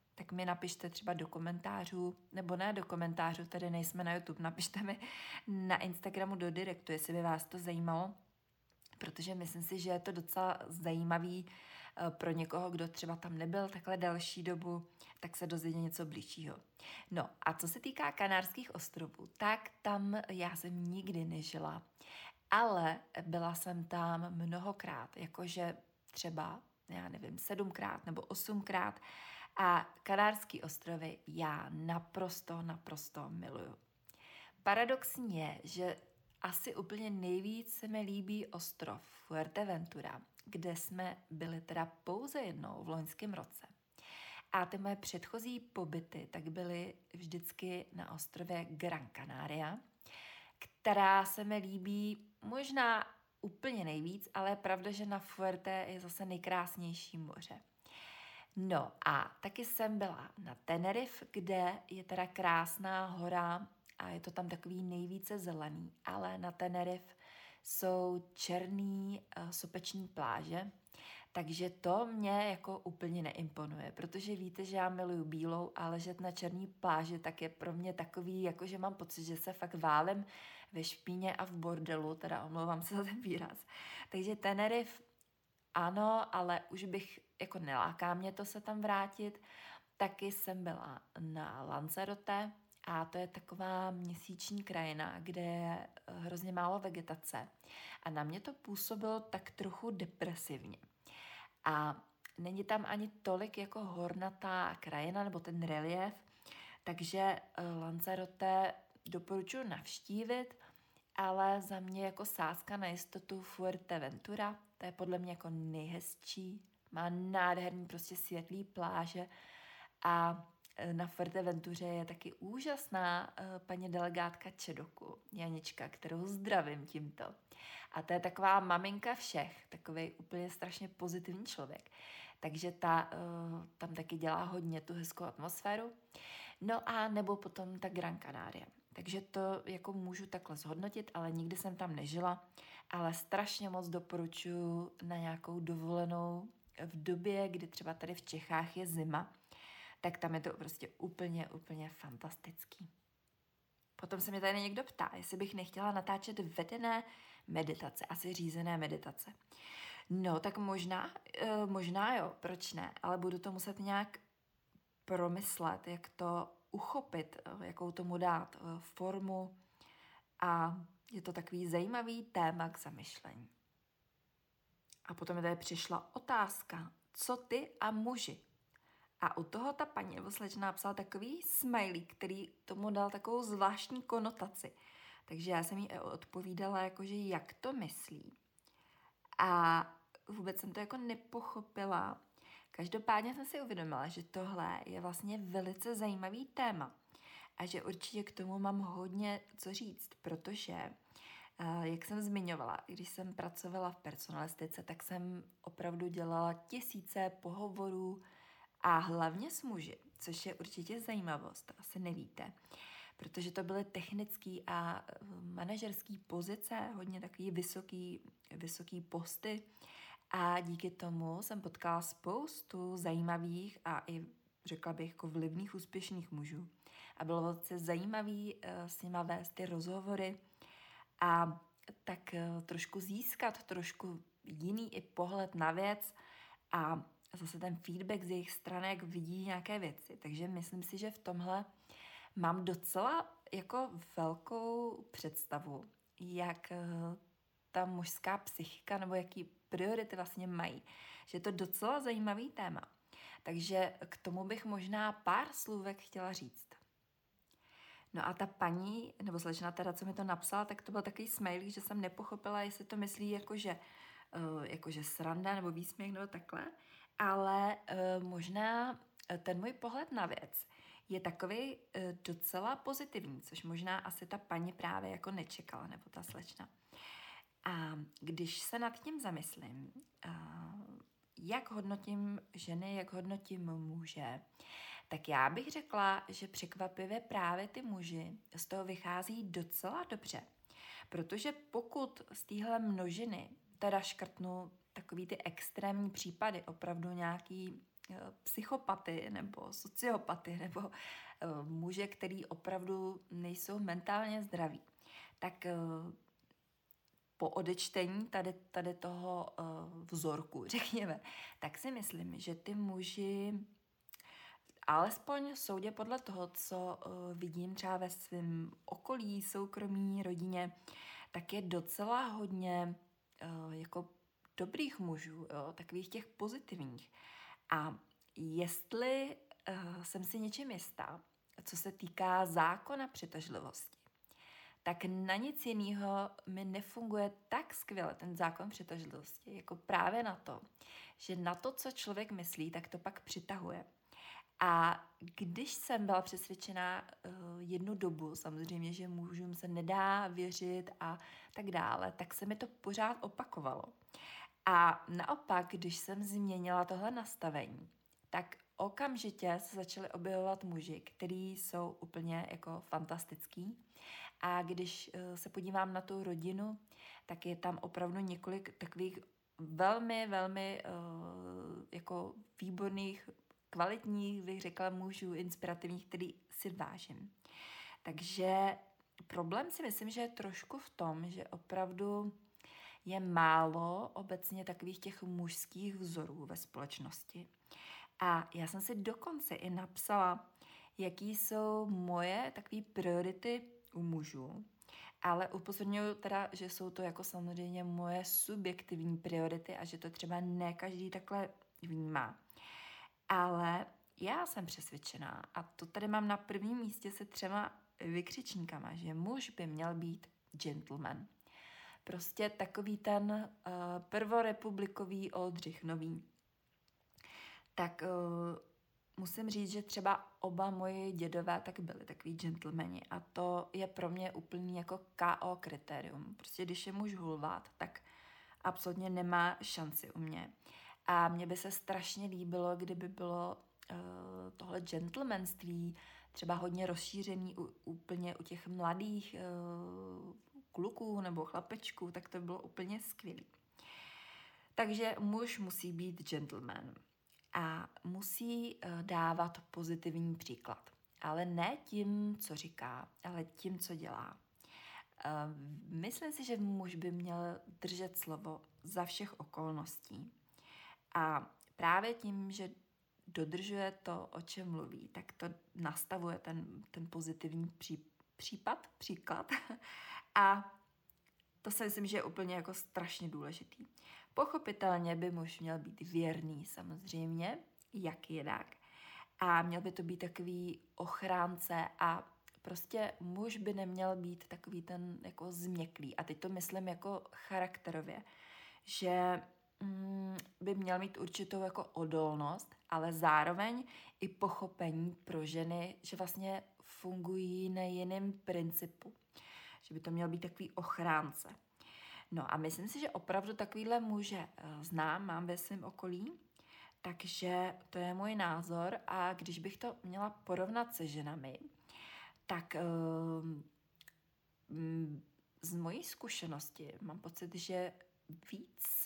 tak mi napište třeba do komentářů, nebo ne do komentářů, tady nejsme na YouTube, napište mi na Instagramu do direktu, jestli by vás to zajímalo, protože myslím si, že je to docela zajímavý pro někoho, kdo třeba tam nebyl takhle další dobu, tak se dozvědí něco bližšího. No a co se týká Kanárských ostrovů, tak tam já jsem nikdy nežila, ale byla jsem tam mnohokrát, jakože třeba, já nevím, sedmkrát nebo osmkrát a Kanárský ostrovy já naprosto, naprosto miluju. Paradoxní je, že asi úplně nejvíc se mi líbí ostrov Fuerteventura, kde jsme byli teda pouze jednou v loňském roce. A ty moje předchozí pobyty tak byly vždycky na ostrově Gran Canaria, která se mi líbí možná úplně nejvíc, ale je pravda, že na Fuerte je zase nejkrásnější moře. No a taky jsem byla na Tenerife, kde je teda krásná hora a je to tam takový nejvíce zelený, ale na Tenerife jsou černý uh, sopeční pláže, takže to mě jako úplně neimponuje, protože víte, že já miluju bílou a ležet na černý pláži tak je pro mě takový, jako že mám pocit, že se fakt válem ve špíně a v bordelu, teda omlouvám se za ten výraz. Takže Tenerife ano, ale už bych, jako neláká mě to se tam vrátit. Taky jsem byla na Lanzarote a to je taková měsíční krajina, kde je hrozně málo vegetace. A na mě to působilo tak trochu depresivně. A není tam ani tolik jako hornatá krajina nebo ten relief, takže Lanzarote doporučuji navštívit, ale za mě jako sázka na jistotu Fuerteventura, to je podle mě jako nejhezčí, má nádherný prostě světlý pláže a na Fuerteventuře je taky úžasná paní delegátka Čedoku, Janička, kterou zdravím tímto. A to je taková maminka všech, takovej úplně strašně pozitivní člověk. Takže ta tam taky dělá hodně tu hezkou atmosféru. No a nebo potom ta Gran Canaria. Takže to jako můžu takhle zhodnotit, ale nikdy jsem tam nežila, ale strašně moc doporučuji na nějakou dovolenou v době, kdy třeba tady v Čechách je zima, tak tam je to prostě úplně, úplně fantastický. Potom se mě tady někdo ptá, jestli bych nechtěla natáčet vedené meditace, asi řízené meditace. No, tak možná, možná jo, proč ne, ale budu to muset nějak promyslet, jak to uchopit, jakou tomu dát formu a je to takový zajímavý téma k zamyšlení. A potom mi tady přišla otázka, co ty a muži? A u toho ta paní nebo slečna napsala takový smiley, který tomu dal takovou zvláštní konotaci. Takže já jsem jí odpovídala, jakože jak to myslí. A vůbec jsem to jako nepochopila. Každopádně jsem si uvědomila, že tohle je vlastně velice zajímavý téma a že určitě k tomu mám hodně co říct, protože, jak jsem zmiňovala, když jsem pracovala v personalistice, tak jsem opravdu dělala tisíce pohovorů a hlavně s muži, což je určitě zajímavost, to asi nevíte, protože to byly technické a manažerské pozice, hodně takový vysoký, vysoký posty, a díky tomu jsem potkala spoustu zajímavých a i řekla bych jako vlivných, úspěšných mužů. A bylo velice zajímavý uh, s nima vést ty rozhovory a tak uh, trošku získat trošku jiný i pohled na věc a zase ten feedback z jejich strany, jak vidí nějaké věci. Takže myslím si, že v tomhle mám docela jako velkou představu, jak uh, ta mužská psychika nebo jaký priority vlastně mají. Že je to docela zajímavý téma. Takže k tomu bych možná pár slůvek chtěla říct. No a ta paní, nebo slečna teda, co mi to napsala, tak to byl takový smajlík, že jsem nepochopila, jestli to myslí jakože, uh, jakože sranda nebo výsměch nebo takhle, ale uh, možná ten můj pohled na věc je takový uh, docela pozitivní, což možná asi ta paní právě jako nečekala, nebo ta slečna. A když se nad tím zamyslím, jak hodnotím ženy, jak hodnotím muže, tak já bych řekla, že překvapivě právě ty muži z toho vychází docela dobře. Protože pokud z téhle množiny teda škrtnu takový ty extrémní případy, opravdu nějaký psychopaty nebo sociopaty nebo muže, který opravdu nejsou mentálně zdraví, tak po odečtení tady, tady toho vzorku, řekněme, tak si myslím, že ty muži, alespoň soudě podle toho, co vidím třeba ve svém okolí, soukromí, rodině, tak je docela hodně jako dobrých mužů, jo, takových těch pozitivních. A jestli uh, jsem si něčím jistá, co se týká zákona přitažlivosti, tak na nic jiného mi nefunguje tak skvěle ten zákon přitažlivosti, jako právě na to, že na to, co člověk myslí, tak to pak přitahuje. A když jsem byla přesvědčená uh, jednu dobu, samozřejmě, že mužům se nedá věřit a tak dále, tak se mi to pořád opakovalo. A naopak, když jsem změnila tohle nastavení, tak okamžitě se začaly objevovat muži, kteří jsou úplně jako fantastický. A když uh, se podívám na tu rodinu, tak je tam opravdu několik takových velmi, velmi uh, jako výborných, kvalitních, bych řekla, mužů, inspirativních, který si vážím. Takže problém si myslím, že je trošku v tom, že opravdu je málo obecně takových těch mužských vzorů ve společnosti. A já jsem si dokonce i napsala, jaký jsou moje takové priority u mužů, ale upozorňuji teda, že jsou to jako samozřejmě moje subjektivní priority a že to třeba ne každý takhle vnímá. Ale já jsem přesvědčená, a to tady mám na prvním místě se třema vykřičníkama, že muž by měl být gentleman. Prostě takový ten uh, prvorepublikový Oldřich Nový. Tak uh, musím říct, že třeba oba moji dědové tak byli takový gentlemani a to je pro mě úplně jako ká ó kritérium. Prostě když je muž hulvát, tak absolutně nemá šanci u mě. A mně by se strašně líbilo, kdyby bylo uh, tohle gentlemanství třeba hodně rozšířený u, úplně u těch mladých uh, kluků nebo chlapečků, tak to bylo úplně skvělý. Takže muž musí být gentleman a musí uh, dávat pozitivní příklad. Ale ne tím, co říká, ale tím, co dělá. Uh, myslím si, že muž by měl držet slovo za všech okolností. A právě tím, že dodržuje to, o čem mluví, tak to nastavuje ten, ten pozitivní pří, případ, příklad. A to si myslím, že je úplně jako strašně důležitý. Pochopitelně by muž měl být věrný samozřejmě, jak jinak. A měl by to být takový ochránce a prostě muž by neměl být takový ten jako změklý. A teď to myslím jako charakterově, že by měl mít určitou jako odolnost, ale zároveň i pochopení pro ženy, že vlastně fungují na jiném principu. Že by to měl být takový ochránce. No a myslím si, že opravdu takovýhle muže znám, mám ve svém okolí, takže to je můj názor a když bych to měla porovnat se ženami, tak um, z mojí zkušenosti mám pocit, že víc...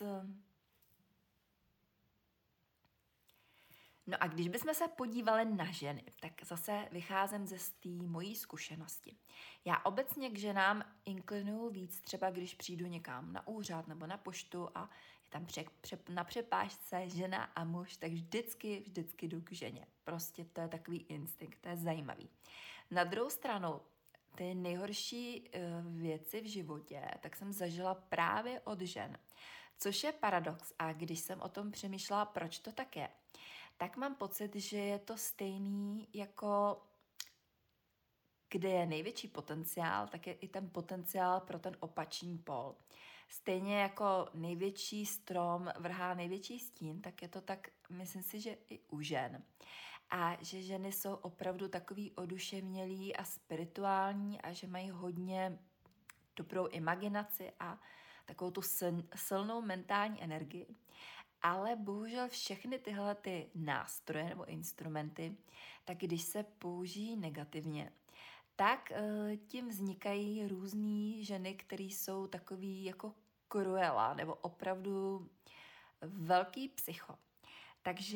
No a když bychom se podívali na ženy, tak zase vycházím ze té mojí zkušenosti. Já obecně k ženám inklinuju víc, třeba když přijdu někam na úřad nebo na poštu a je tam pře- pře- na přepážce žena a muž, tak vždycky, vždycky jdu k ženě. Prostě to je takový instinkt, to je zajímavý. Na druhou stranu, ty nejhorší uh, věci v životě, tak jsem zažila právě od žen. Což je paradox a když jsem o tom přemýšlela, proč to tak je, tak mám pocit, že je to stejný jako kde je největší potenciál, tak je i ten potenciál pro ten opačný pól. Stejně jako největší strom vrhá největší stín, tak je to tak, myslím si, že i u žen. A že ženy jsou opravdu takový oduševnělý a spirituální a že mají hodně dobrou imaginaci a takovou tu silnou mentální energii. Ale bohužel všechny tyhle ty nástroje nebo instrumenty, tak když se použijí negativně, tak e, tím vznikají různý ženy, které jsou takový jako Cruella nebo opravdu velký psycho. Takže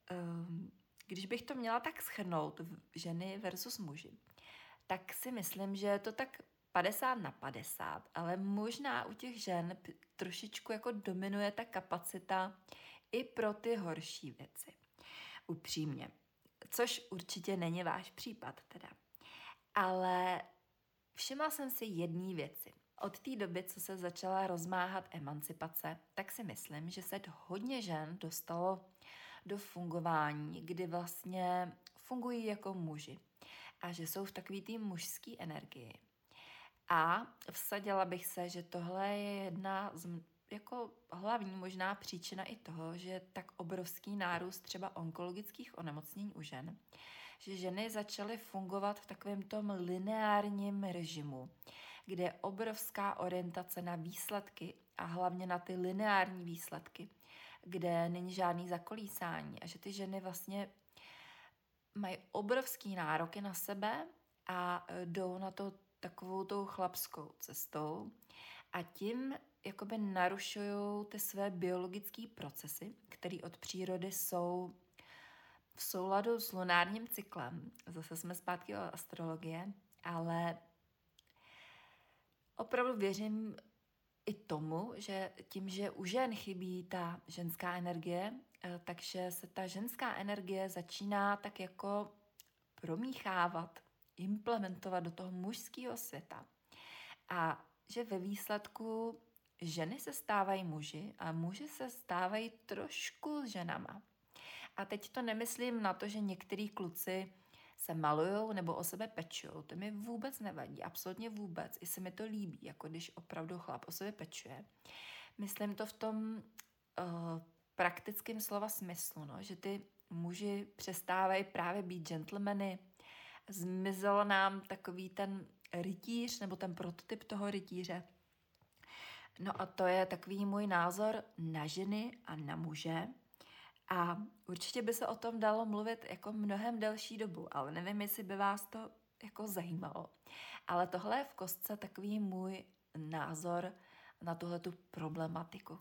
um, když bych to měla tak shrnout, ženy versus muži, tak si myslím, že je to tak padesát na padesát, ale možná u těch žen trošičku jako dominuje ta kapacita i pro ty horší věci. Upřímně. Což určitě není váš případ teda. Ale všimla jsem si jedné věci. Od té doby, co se začala rozmáhat emancipace, tak si myslím, že se hodně žen dostalo do fungování, kdy vlastně fungují jako muži a že jsou v takové té mužské energii. A vsadila bych se, že tohle je jedna z jako hlavní možná příčina i toho, že je tak obrovský nárůst třeba onkologických onemocnění u žen, že ženy začaly fungovat v takovém tom lineárním režimu, kde je obrovská orientace na výsledky a hlavně na ty lineární výsledky, kde není žádný zakolísání a že ty ženy vlastně mají obrovský nároky na sebe a jdou na to takovou tou chlapskou cestou a tím jakoby narušují ty své biologické procesy, které od přírody jsou v souladu s lunárním cyklem. Zase jsme zpátky o astrologie, ale opravdu věřím i tomu, že tím, že u žen chybí ta ženská energie, takže se ta ženská energie začíná tak jako promíchávat, implementovat do toho mužského světa. A že ve výsledku ženy se stávají muži a muži se stávají trošku ženama. A teď to nemyslím na to, že některý kluci se malujou nebo o sebe pečujou. To mi vůbec nevadí, absolutně vůbec. I se mi to líbí, jako když opravdu chlap o sebe pečuje. Myslím to v tom uh, praktickém slova smyslu, no, že ty muži přestávají právě být gentlemany. Zmizel nám takový ten rytíř nebo ten prototyp toho rytíře. No a to je takový můj názor na ženy a na muže. A určitě by se o tom dalo mluvit jako mnohem delší dobu, ale nevím, jestli by vás to jako zajímalo. Ale tohle je v kostce takový můj názor na tuhletu problematiku.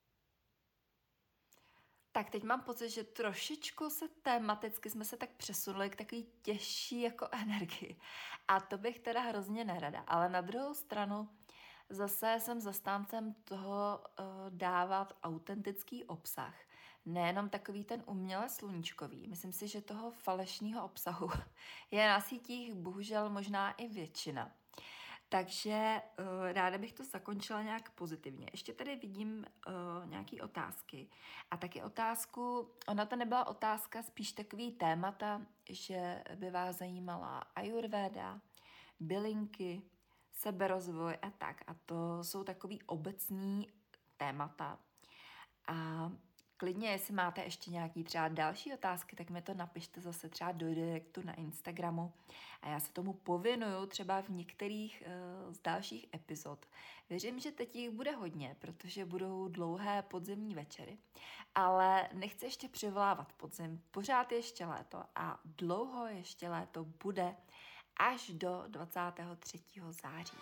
Tak teď mám pocit, že trošičku se tematicky jsme se tak přesunuli k takový těžší jako energii. A to bych teda hrozně nerada. Ale na druhou stranu zase jsem zastáncem toho uh, dávat autentický obsah. Nejenom takový ten uměle sluníčkový. Myslím si, že toho falešného obsahu je na sítích bohužel možná i většina. Takže uh, ráda bych to zakončila nějak pozitivně. Ještě tady vidím uh, nějaké otázky. A taky otázku, ona to nebyla otázka, spíš takový témata, že by vás zajímala ajurvéda, bylinky, seberozvoj a tak. A to jsou takový obecný témata. A klidně, jestli máte ještě nějaký třeba další otázky, tak mi to napište zase třeba do direktu na Instagramu a já se tomu pověnuju třeba v některých uh, z dalších epizod. Věřím, že teď jich bude hodně, protože budou dlouhé podzimní večery, ale nechci ještě přivolávat podzim, pořád ještě léto a dlouho ještě léto bude až do dvacátého třetího září.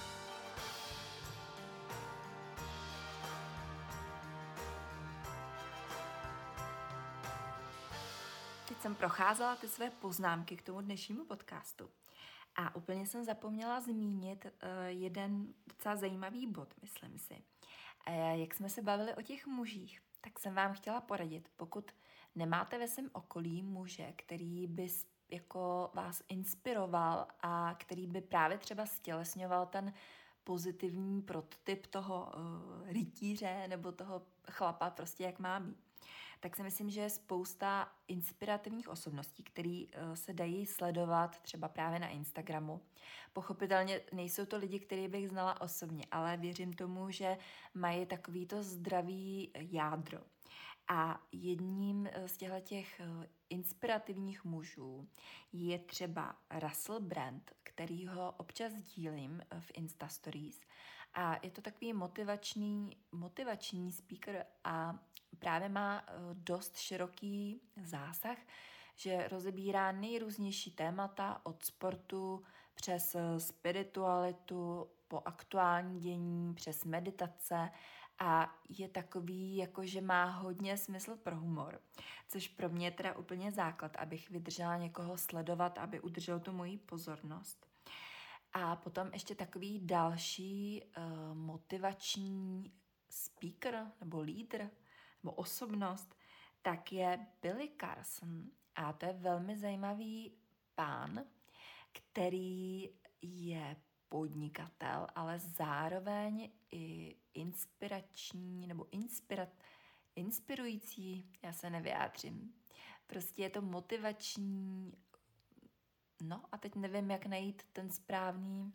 Teď jsem procházela ty své poznámky k tomu dnešnímu podcastu a úplně jsem zapomněla zmínit uh, jeden docela zajímavý bod, myslím si. Uh, jak jsme se bavili o těch mužích, tak jsem vám chtěla poradit, pokud nemáte ve svém okolí muže, který by jako vás inspiroval a který by právě třeba stělesňoval ten pozitivní prototyp toho uh, rytíře nebo toho chlapa, prostě jak má být, tak si myslím, že je spousta inspirativních osobností, které uh, se dají sledovat třeba právě na Instagramu. Pochopitelně nejsou to lidi, který bych znala osobně, ale věřím tomu, že mají takovýto zdravý jádro. A jedním z těchto inspirativních mužů je třeba Russell Brand, kterýho občas dílím v Insta Stories. A je to takový motivační, motivační speaker a právě má dost široký zásah, že rozebírá nejrůznější témata od sportu přes spiritualitu, po aktuální dění, přes meditace a je takový, jako že má hodně smysl pro humor, což pro mě je teda úplně základ, abych vydržela někoho sledovat, aby udržel tu moji pozornost. A potom ještě takový další uh, motivační speaker nebo lídr nebo osobnost, tak je Billy Carson. A to je velmi zajímavý pán, který je podnikatel, ale zároveň i inspirační nebo inspirat, inspirující, já se nevyjádřím. Prostě je to motivační, no a teď nevím, jak najít ten správný.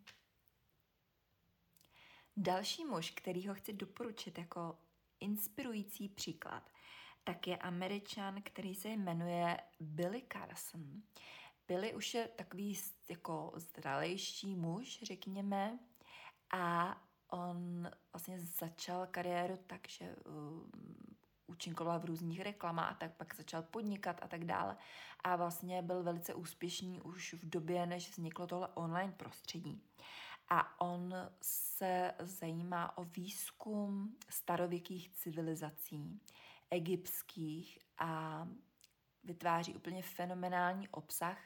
Další muž, který ho chci doporučit jako inspirující příklad, tak je Američan, který se jmenuje Billy Carson. Billy už je takový jako zralejší muž, řekněme, a on vlastně začal kariéru tak, že uh, účinkoval v různých reklamách, tak pak začal podnikat a tak dále. A vlastně byl velice úspěšný už v době, než vzniklo tohle online prostředí. A on se zajímá o výzkum starověkých civilizací, egyptských, a vytváří úplně fenomenální obsah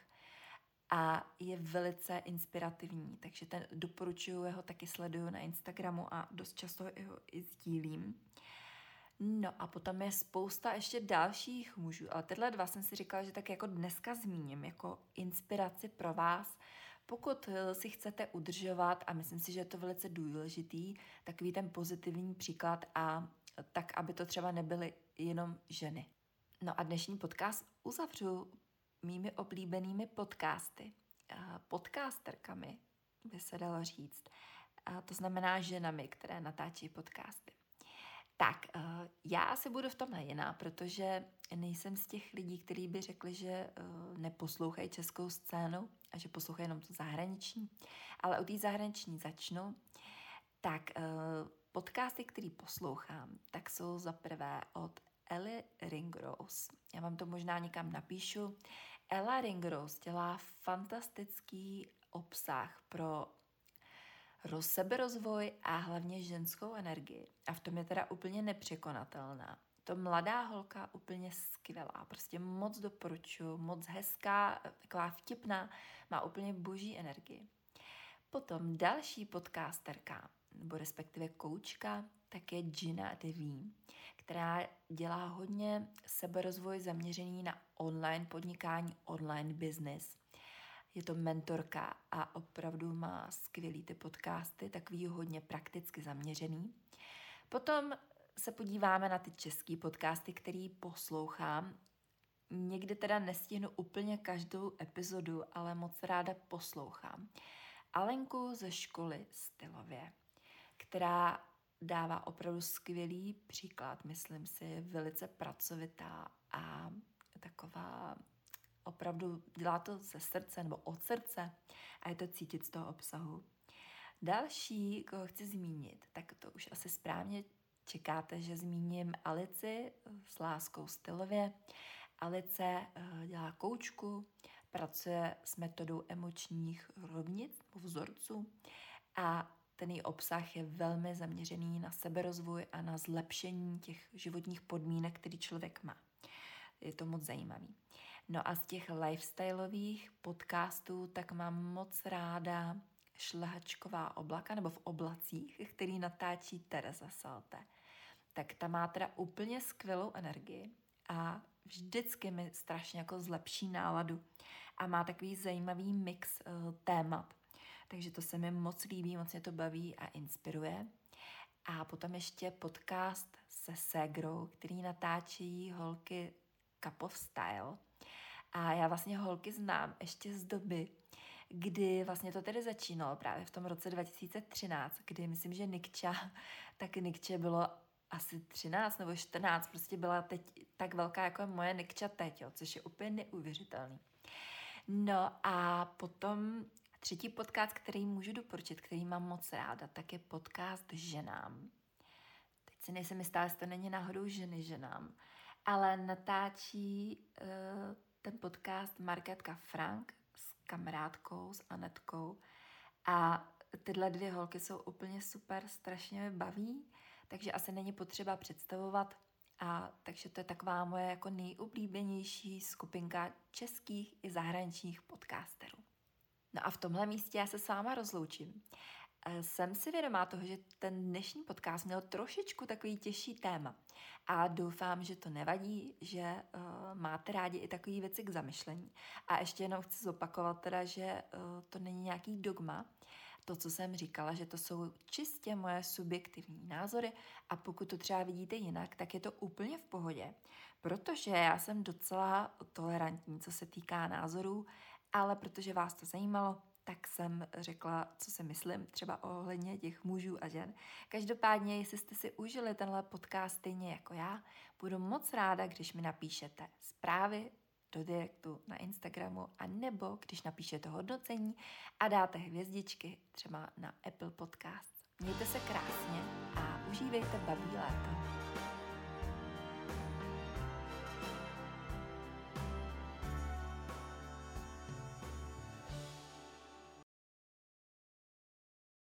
a je velice inspirativní. Takže ten doporučuji, ho taky sleduju na Instagramu a dost často ho i sdílím. No a potom je spousta ještě dalších mužů, ale tyhle dva jsem si říkala, že tak jako dneska zmíním jako inspiraci pro vás, pokud si chcete udržovat, a myslím si, že je to velice důležitý, takový ten pozitivní příklad, a tak, aby to třeba nebyly jenom ženy. No a dnešní podcast uzavřu mými oblíbenými podcasty. Podcasterkami by se dalo říct. A to znamená ženami, které natáčí podcasty. Tak, já asi budu v tomhle jiná, protože nejsem z těch lidí, kteří by řekli, že neposlouchají českou scénu a že poslouchají jenom tu zahraniční. Ale u té zahraniční začnu. Tak podcasty, který poslouchám, tak jsou za prvé od Ellie Ringrose. Já vám to možná někam napíšu. Ella Ringrose dělá fantastický obsah pro seberozvoj a hlavně ženskou energii. A v tom je teda úplně nepřekonatelná. To mladá holka úplně skvělá, prostě moc doporučuji, moc hezká, taková vtipná, má úplně boží energii. Potom další podcasterka, nebo respektive koučka, tak je Gina Deví, která dělá hodně seberozvoj zaměřený na online podnikání, online business. Je to mentorka a opravdu má skvělý ty podcasty, takový hodně prakticky zaměřený. Potom se podíváme na ty český podcasty, který poslouchám. Někdy teda nestihnu úplně každou epizodu, ale moc ráda poslouchám. Alenku ze školy stylově, která dává opravdu skvělý příklad, myslím si, velice pracovitá a taková, opravdu dělá to ze srdce nebo od srdce a je to cítit z toho obsahu. Další, koho chci zmínit, tak to už asi správně čekáte, že zmíním Alici s Láskou stylově. Alice dělá koučku, pracuje s metodou emočních rovnic nebo vzorců a ten její obsah je velmi zaměřený na seberozvoj a na zlepšení těch životních podmínek, který člověk má. Je to moc zajímavý. No a z těch lifestyleových podcastů tak mám moc ráda Šlehačková oblaka, nebo v oblacích, který natáčí Tereza Salte. Tak ta má teda úplně skvělou energii a vždycky mi strašně jako zlepší náladu a má takový zajímavý mix uh, témat. Takže to se mi moc líbí, moc mě to baví a inspiruje. A potom ještě podcast se ségrou, který natáčí holky Cup of Style. A já vlastně holky znám ještě z doby, kdy vlastně to tedy začínalo právě v tom roce dva tisíce třináct, kdy myslím, že Nikča, tak Nikče bylo asi třináct nebo čtrnáct, prostě byla teď tak velká jako moje Nikča teď, jo, což je úplně neuvěřitelný. No a potom třetí podcast, který můžu doporučit, který mám moc ráda, tak je podcast Ženám. Teď si nejsem jistá, jestli to není náhodou Ženy ženám, ale natáčí uh, ten podcast Markétka Frank s kamarádkou, s Anetkou a tyhle dvě holky jsou úplně super, strašně mě baví, takže asi není potřeba představovat. A takže to je taková moje jako nejoblíbenější skupinka českých i zahraničních podcasterů. No a v tomhle místě já se s váma rozloučím. Jsem si vědomá toho, že ten dnešní podcast měl trošičku takový těžší téma a doufám, že to nevadí, že uh, máte rádi i takové věci k zamyšlení. A ještě jednou chci zopakovat teda, že uh, to není nějaký dogma, to, co jsem říkala, že to jsou čistě moje subjektivní názory a pokud to třeba vidíte jinak, tak je to úplně v pohodě, protože já jsem docela tolerantní, co se týká názorů, ale protože vás to zajímalo, tak jsem řekla, co si myslím, třeba ohledně těch mužů a žen. Každopádně, jestli jste si užili tenhle podcast stejně jako já, budu moc ráda, když mi napíšete zprávy do direktu na Instagramu a nebo když napíšete hodnocení a dáte hvězdičky třeba na Apple Podcast. Mějte se krásně a užívejte babí léto.